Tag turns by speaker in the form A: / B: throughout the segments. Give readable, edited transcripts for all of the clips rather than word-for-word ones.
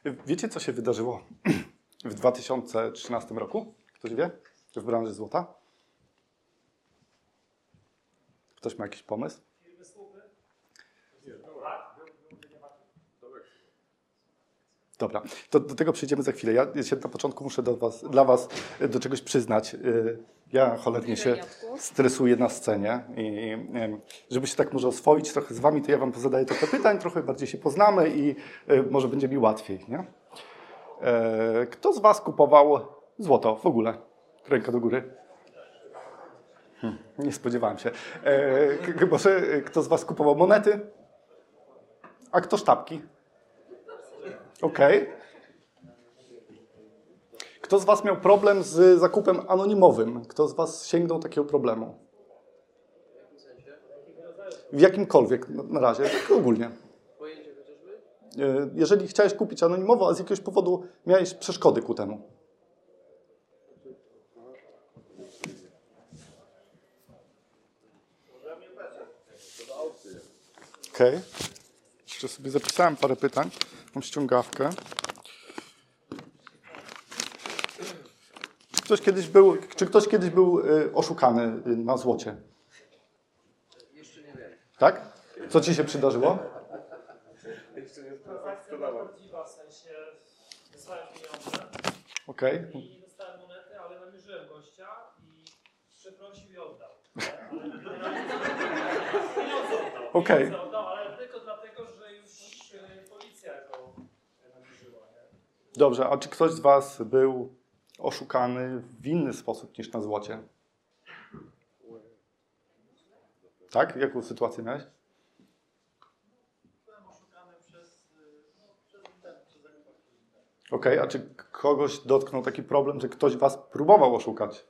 A: Wiecie, co się wydarzyło w 2013 roku? Ktoś wie? W branży złota? Ktoś ma jakiś pomysł? Dobra, to do tego przejdziemy za chwilę. Ja się na początku muszę dla was do czegoś przyznać. Ja cholernie się stresuję na scenie i żeby się tak może oswoić trochę z wami, to ja wam pozadaję trochę pytań, trochę bardziej się poznamy i może będzie mi łatwiej, nie? Kto z was kupował złoto w ogóle? Ręka do góry. Nie spodziewałem się. Może kto z was kupował monety? A kto sztabki? Okej. Kto z was miał problem z zakupem anonimowym? Kto z was sięgnął takiego problemu? W jakimkolwiek na razie, tak ogólnie. Jeżeli chciałeś kupić anonimowo, a z jakiegoś powodu miałeś przeszkody ku temu. Okej. Jeszcze sobie zapisałem parę pytań. Mam ściągawkę. Czy ktoś kiedyś był oszukany na złocie?
B: Jeszcze nie wiem.
A: Tak? Co ci się przydarzyło?
C: Transakcja była prawdziwa, w sensie wysłałem pieniądze
A: Okej.
C: i dostałem monetę, ale namierzyłem gościa i przeprosił i oddał. Pieniądze oddał.
A: Okej.
C: Pieniądze oddał, ale tylko dlatego, że już policja go namierzyła. Nie?
A: Dobrze, a czy ktoś z was był oszukany w inny sposób niż na złocie? Tak? Jaką sytuację miałeś?
C: Byłem oszukany przez internet, przez zakupach.
A: Okej, a czy kogoś dotknął taki problem, że ktoś was próbował oszukać?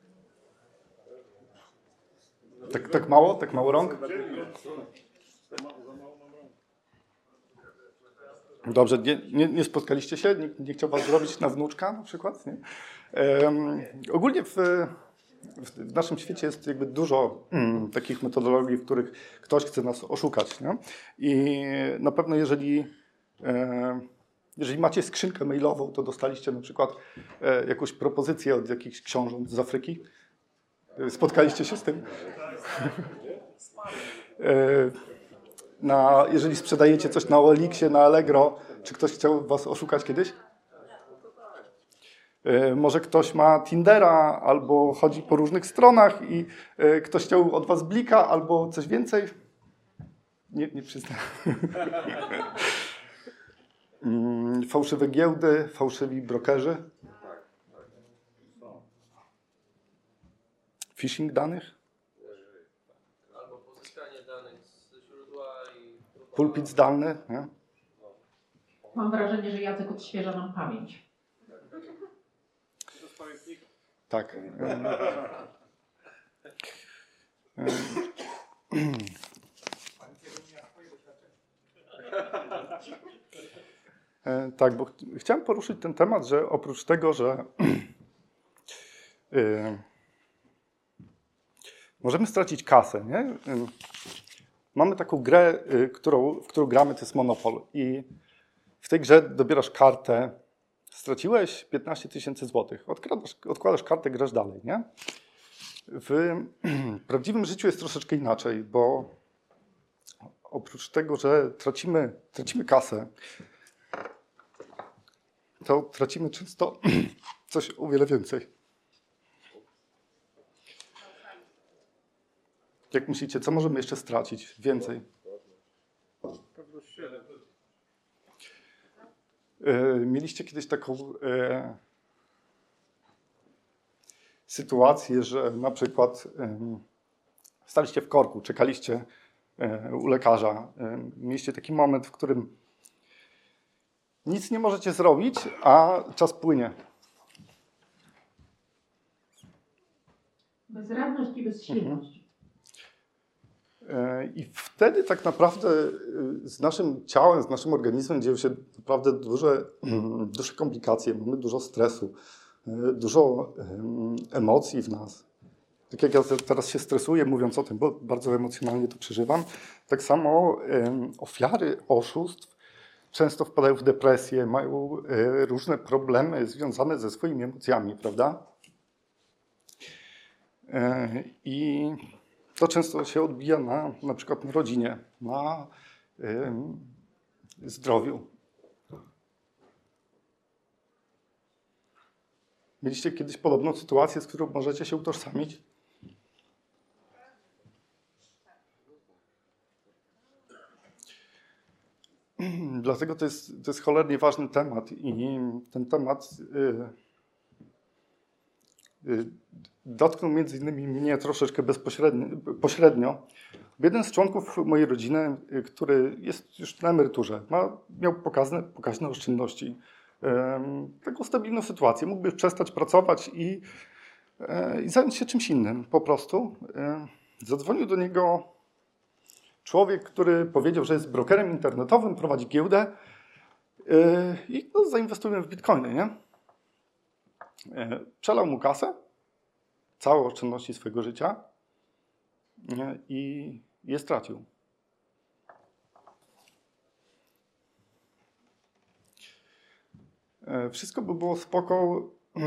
A: Tak mało? Tak mało rąk? Dobrze, nie spotkaliście się? Nikt nie chciał was zrobić na wnuczka na przykład? Nie? Ogólnie w naszym świecie jest jakby dużo takich metodologii, w których ktoś chce nas oszukać. Nie? I na pewno jeżeli macie skrzynkę mailową, to dostaliście na przykład jakąś propozycję od jakichś książąt z Afryki. Spotkaliście się z tym? Jeżeli sprzedajecie coś na OLX-ie, na Allegro, czy ktoś chciał was oszukać kiedyś? Może ktoś ma Tindera, albo chodzi po różnych stronach i ktoś chciał od was blika, albo coś więcej? Nie przyznam. Fałszywe giełdy, fałszywi brokerzy. Phishing danych.
B: Albo pozyskanie danych ze źródła i...
A: Pulpit zdalny. Nie?
D: Mam wrażenie, że Jacek odświeża nam pamięć.
A: Tak. Tak, bo chciałem poruszyć ten temat, że oprócz tego, że możemy stracić kasę, nie? Mamy taką grę, w którą gramy, to jest Monopol. I w tej grze dobierasz kartę, straciłeś 15 000 złotych, odkładasz kartę, grasz dalej, nie? W prawdziwym życiu jest troszeczkę inaczej, bo oprócz tego, że tracimy kasę, to tracimy często coś o wiele więcej. Jak myślicie, co możemy jeszcze stracić więcej? Mieliście kiedyś taką sytuację, że na przykład staliście w korku, czekaliście u lekarza. Mieliście taki moment, w którym nic nie możecie zrobić, a czas płynie.
D: Bezradność i bezsilność.
A: I wtedy tak naprawdę z naszym ciałem, z naszym organizmem dzieją się naprawdę duże komplikacje. Mamy dużo stresu, dużo emocji w nas. Tak jak ja teraz się stresuję mówiąc o tym, bo bardzo emocjonalnie to przeżywam, tak samo ofiary oszustw często wpadają w depresję, mają różne problemy związane ze swoimi emocjami, prawda? I to często się odbija na przykład na rodzinie, na zdrowiu. Mieliście kiedyś podobną sytuację, z którą możecie się utożsamić? Dlatego to jest cholernie ważny temat i ten temat dotknął między innymi mnie troszeczkę pośrednio. Jeden z członków mojej rodziny, który jest już na emeryturze, miał pokaźne oszczędności, taką stabilną sytuację. Mógłby przestać pracować i zająć się czymś innym po prostu. Zadzwonił do niego człowiek, który powiedział, że jest brokerem internetowym, prowadzi giełdę i zainwestujemy w bitcoiny, nie? Przelał mu kasę, całe oszczędności swojego życia i je stracił. Wszystko by było spoko,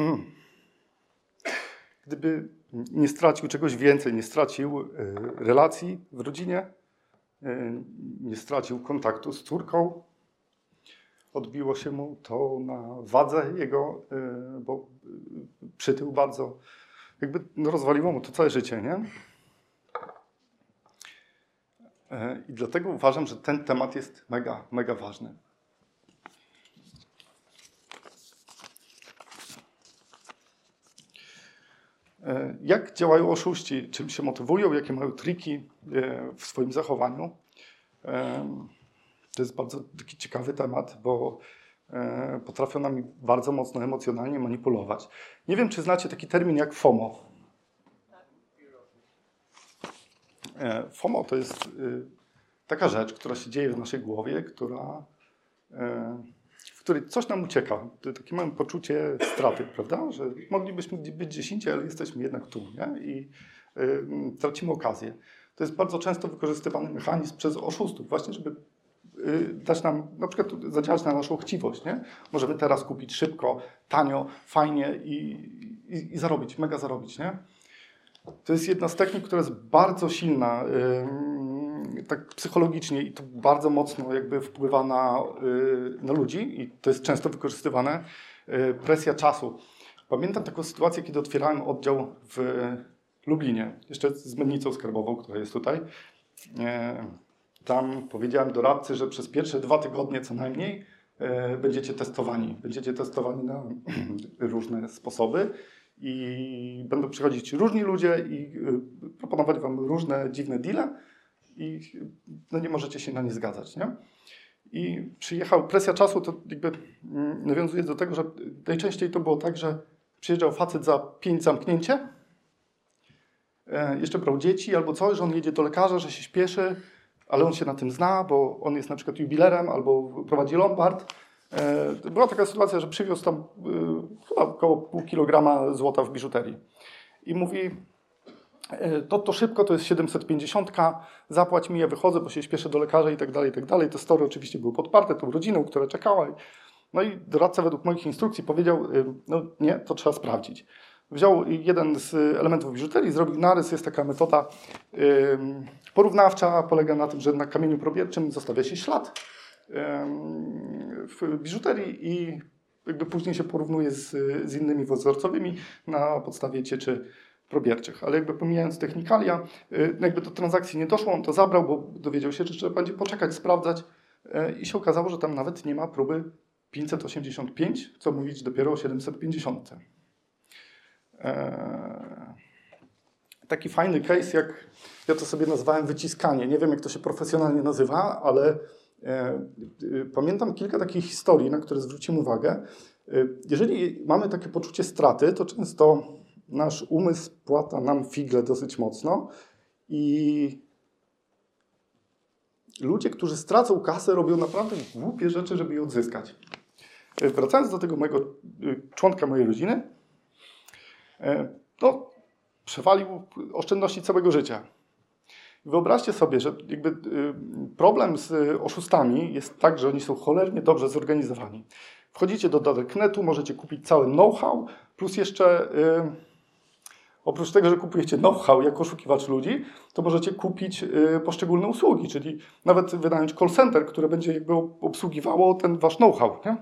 A: gdyby nie stracił czegoś więcej, nie stracił relacji w rodzinie, nie stracił kontaktu z córką. Odbiło się mu to na wadze jego, bo przytył bardzo. Rozwaliło mu to całe życie, nie? I dlatego uważam, że ten temat jest mega, mega ważny. Jak działają oszuści? Czym się motywują? Jakie mają triki w swoim zachowaniu? To jest bardzo taki ciekawy temat, bo potrafią nami bardzo mocno emocjonalnie manipulować. Nie wiem, czy znacie taki termin jak FOMO. FOMO to jest taka rzecz, która się dzieje w naszej głowie, w której coś nam ucieka. Takie mamy poczucie straty, prawda? Że moglibyśmy być gdzieś indziej, ale jesteśmy jednak tu, nie? I tracimy okazję. To jest bardzo często wykorzystywany mechanizm przez oszustów, właśnie żeby dać nam, na przykład zadziałać na naszą chciwość, nie? Możemy teraz kupić szybko, tanio, fajnie i zarobić, mega zarobić, nie? To jest jedna z technik, która jest bardzo silna, tak psychologicznie i to bardzo mocno jakby wpływa na ludzi i to jest często wykorzystywane. Presja czasu. Pamiętam taką sytuację, kiedy otwierałem oddział w Lublinie, jeszcze z mennicą skarbową, która jest tutaj. Tam powiedziałem doradcy, że przez pierwsze 2 tygodnie co najmniej będziecie testowani. Będziecie testowani na różne sposoby i będą przychodzić różni ludzie i proponować wam różne dziwne deale i nie możecie się na nie zgadzać, nie? I przyjechał, presja czasu to jakby nawiązuje do tego, że najczęściej to było tak, że przyjeżdżał facet za 5 zamknięcie, jeszcze brał dzieci albo coś, że on jedzie do lekarza, że się śpieszy, ale on się na tym zna, bo on jest na przykład jubilerem albo prowadzi lombard. Była taka sytuacja, że przywiózł tam chyba około pół kilograma złota w biżuterii. I mówi, to szybko, to jest 750, zapłać mi, ja wychodzę, bo się śpieszę do lekarza i tak dalej, i tak dalej. Te story oczywiście były podparte tą rodziną, która czekała. No i doradca według moich instrukcji powiedział, no nie, to trzeba sprawdzić. Wziął jeden z elementów biżuterii, zrobił narys, jest taka metoda porównawcza, polega na tym, że na kamieniu probierczym zostawia się ślad w biżuterii i jakby później się porównuje z innymi wzorcowymi na podstawie cieczy probierczych. Ale jakby pomijając technikalia, jakby do transakcji nie doszło, on to zabrał, bo dowiedział się, że trzeba będzie poczekać, sprawdzać i się okazało, że tam nawet nie ma próby 585, co mówić dopiero o 750. Taki fajny case, jak ja to sobie nazwałem wyciskanie. Nie wiem, jak to się profesjonalnie nazywa, ale pamiętam kilka takich historii, na które zwróciłem uwagę. Jeżeli mamy takie poczucie straty, to często nasz umysł płata nam figle dosyć mocno i ludzie, którzy stracą kasę, robią naprawdę głupie rzeczy, żeby je odzyskać. Wracając do tego mojego członka mojej rodziny, no, przewalił oszczędności całego życia. Wyobraźcie sobie, że jakby problem z oszustami jest tak, że oni są cholernie dobrze zorganizowani. Wchodzicie do Darknetu, możecie kupić cały know-how, plus jeszcze oprócz tego, że kupujecie know-how jako oszukiwacz ludzi, to możecie kupić poszczególne usługi, czyli nawet wynająć call center, które będzie jakby obsługiwało ten wasz know-how. Nie?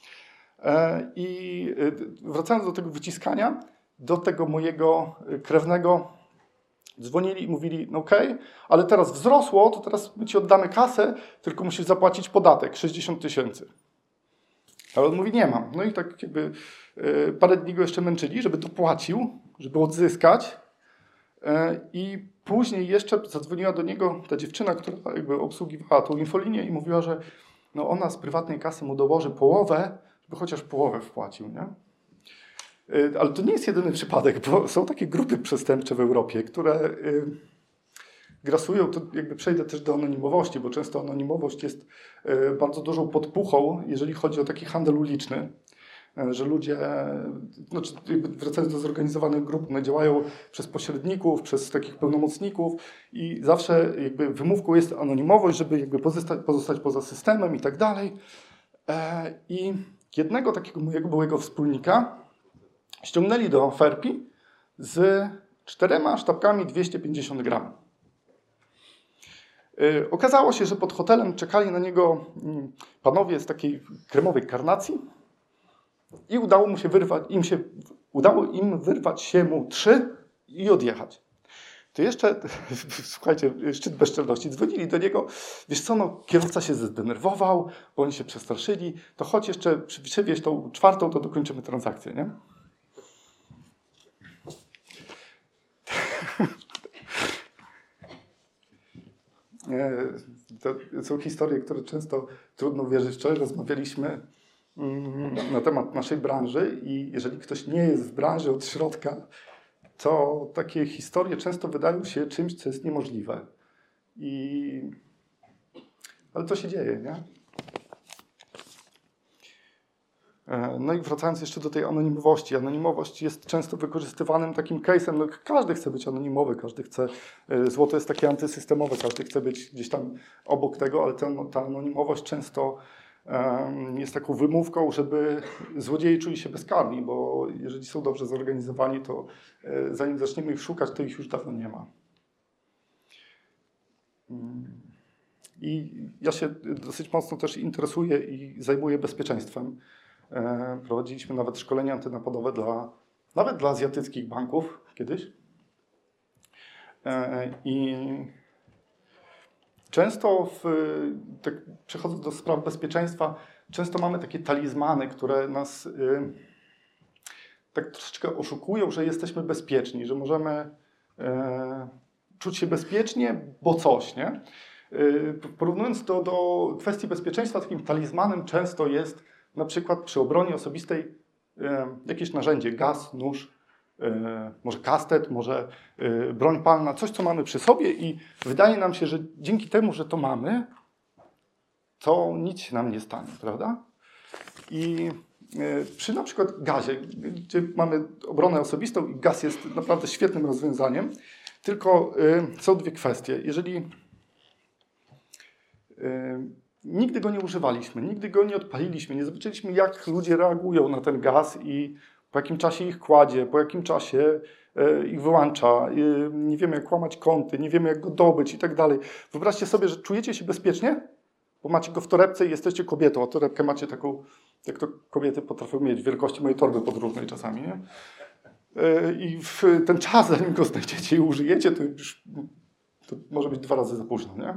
A: I wracając do tego wyciskania, do tego mojego krewnego dzwonili i mówili, no okej, ale teraz wzrosło, to teraz my ci oddamy kasę, tylko musisz zapłacić podatek, 60 000. Ale on mówi, nie mam. No i tak jakby parę dni go jeszcze męczyli, żeby dopłacił, żeby odzyskać. I później jeszcze zadzwoniła do niego ta dziewczyna, która jakby obsługiwała tą infolinię i mówiła, że no ona z prywatnej kasy mu dołoży połowę, żeby chociaż połowę wpłacił, nie? Ale to nie jest jedyny przypadek, bo są takie grupy przestępcze w Europie, które grasują, to jakby przejdę też do anonimowości, bo często anonimowość jest bardzo dużą podpuchą, jeżeli chodzi o taki handel uliczny, że ludzie, znaczy wracając do zorganizowanych grup, one działają przez pośredników, przez takich pełnomocników i zawsze jakby wymówką jest anonimowość, żeby jakby pozostać poza systemem i tak dalej. I jednego takiego mojego byłego wspólnika ściągnęli do Ferpi z 4 sztabkami 250 gram. Okazało się, że pod hotelem czekali na niego panowie z takiej kremowej karnacji i udało im wyrwać się mu 3 i odjechać. To jeszcze, słuchajcie, szczyt bezczelności, dzwonili do niego, wiesz co, no kierowca się zdenerwował, bo oni się przestraszyli, to chodź jeszcze przywieź tą 4, to dokończymy transakcję, nie? To są historie, które często trudno uwierzyć. Wczoraj rozmawialiśmy na temat naszej branży i jeżeli ktoś nie jest w branży od środka, to takie historie często wydają się czymś, co jest niemożliwe. Ale to się dzieje, nie? No i wracając jeszcze do tej anonimowości. Anonimowość jest często wykorzystywanym takim case'em. No, każdy chce być anonimowy, każdy chce... Złoto jest takie antysystemowe, każdy chce być gdzieś tam obok tego, ale ta anonimowość często jest taką wymówką, żeby złodzieje czuli się bezkarni, bo jeżeli są dobrze zorganizowani, to zanim zaczniemy ich szukać, to ich już dawno nie ma. I ja się dosyć mocno też interesuję i zajmuję bezpieczeństwem. Prowadziliśmy nawet szkolenia antynapadowe nawet dla azjatyckich banków kiedyś. I często, tak przechodząc do spraw bezpieczeństwa, często mamy takie talizmany, które nas tak troszeczkę oszukują, że jesteśmy bezpieczni, że możemy czuć się bezpiecznie, bo coś, nie? Porównując to do kwestii bezpieczeństwa, takim talizmanem często jest na przykład przy obronie osobistej jakieś narzędzie, gaz, nóż, może kastet, może broń palna, coś, co mamy przy sobie i wydaje nam się, że dzięki temu, że to mamy, to nic się nam nie stanie, prawda? I przy na przykład gazie, gdzie mamy obronę osobistą i gaz jest naprawdę świetnym rozwiązaniem, tylko są dwie kwestie. Jeżeli nigdy go nie używaliśmy, nigdy go nie odpaliliśmy, nie zobaczyliśmy, jak ludzie reagują na ten gaz i po jakim czasie ich kładzie, po jakim czasie ich wyłącza, nie wiemy, jak łamać kąty, nie wiemy, jak go dobyć i tak dalej. Wyobraźcie sobie, że czujecie się bezpiecznie, bo macie go w torebce i jesteście kobietą, a torebkę macie taką, jak to kobiety potrafią mieć, wielkości mojej torby podróżnej czasami, nie? I w ten czas, zanim go znajdziecie i użyjecie, to może być 2 razy za późno, nie?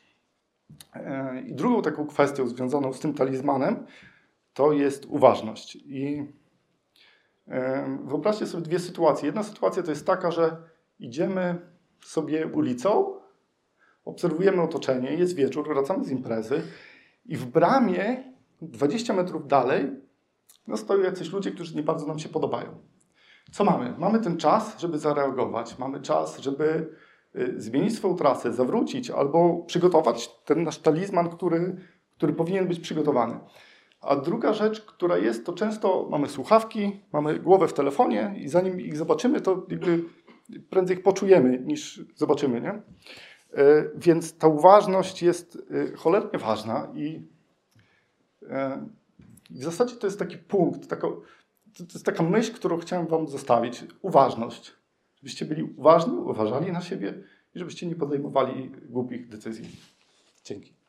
A: I drugą taką kwestią związaną z tym talizmanem to jest uważność. I wyobraźcie sobie 2 sytuacje. Jedna sytuacja to jest taka, że idziemy sobie ulicą, obserwujemy otoczenie, jest wieczór, wracamy z imprezy i w bramie 20 metrów dalej stoją jacyś ludzie, którzy nie bardzo nam się podobają. Co mamy? Mamy ten czas, żeby zareagować. Mamy czas, żeby zmienić swoją trasę, zawrócić albo przygotować ten nasz talizman, który powinien być przygotowany. A druga rzecz, która jest, to często mamy słuchawki, mamy głowę w telefonie i zanim ich zobaczymy, to jakby prędzej ich poczujemy niż zobaczymy, nie? Więc ta uważność jest cholernie ważna i w zasadzie to jest taki punkt, to jest taka myśl, którą chciałem wam zostawić. Uważność. Żebyście byli uważni, uważali na siebie i żebyście nie podejmowali głupich decyzji. Dzięki.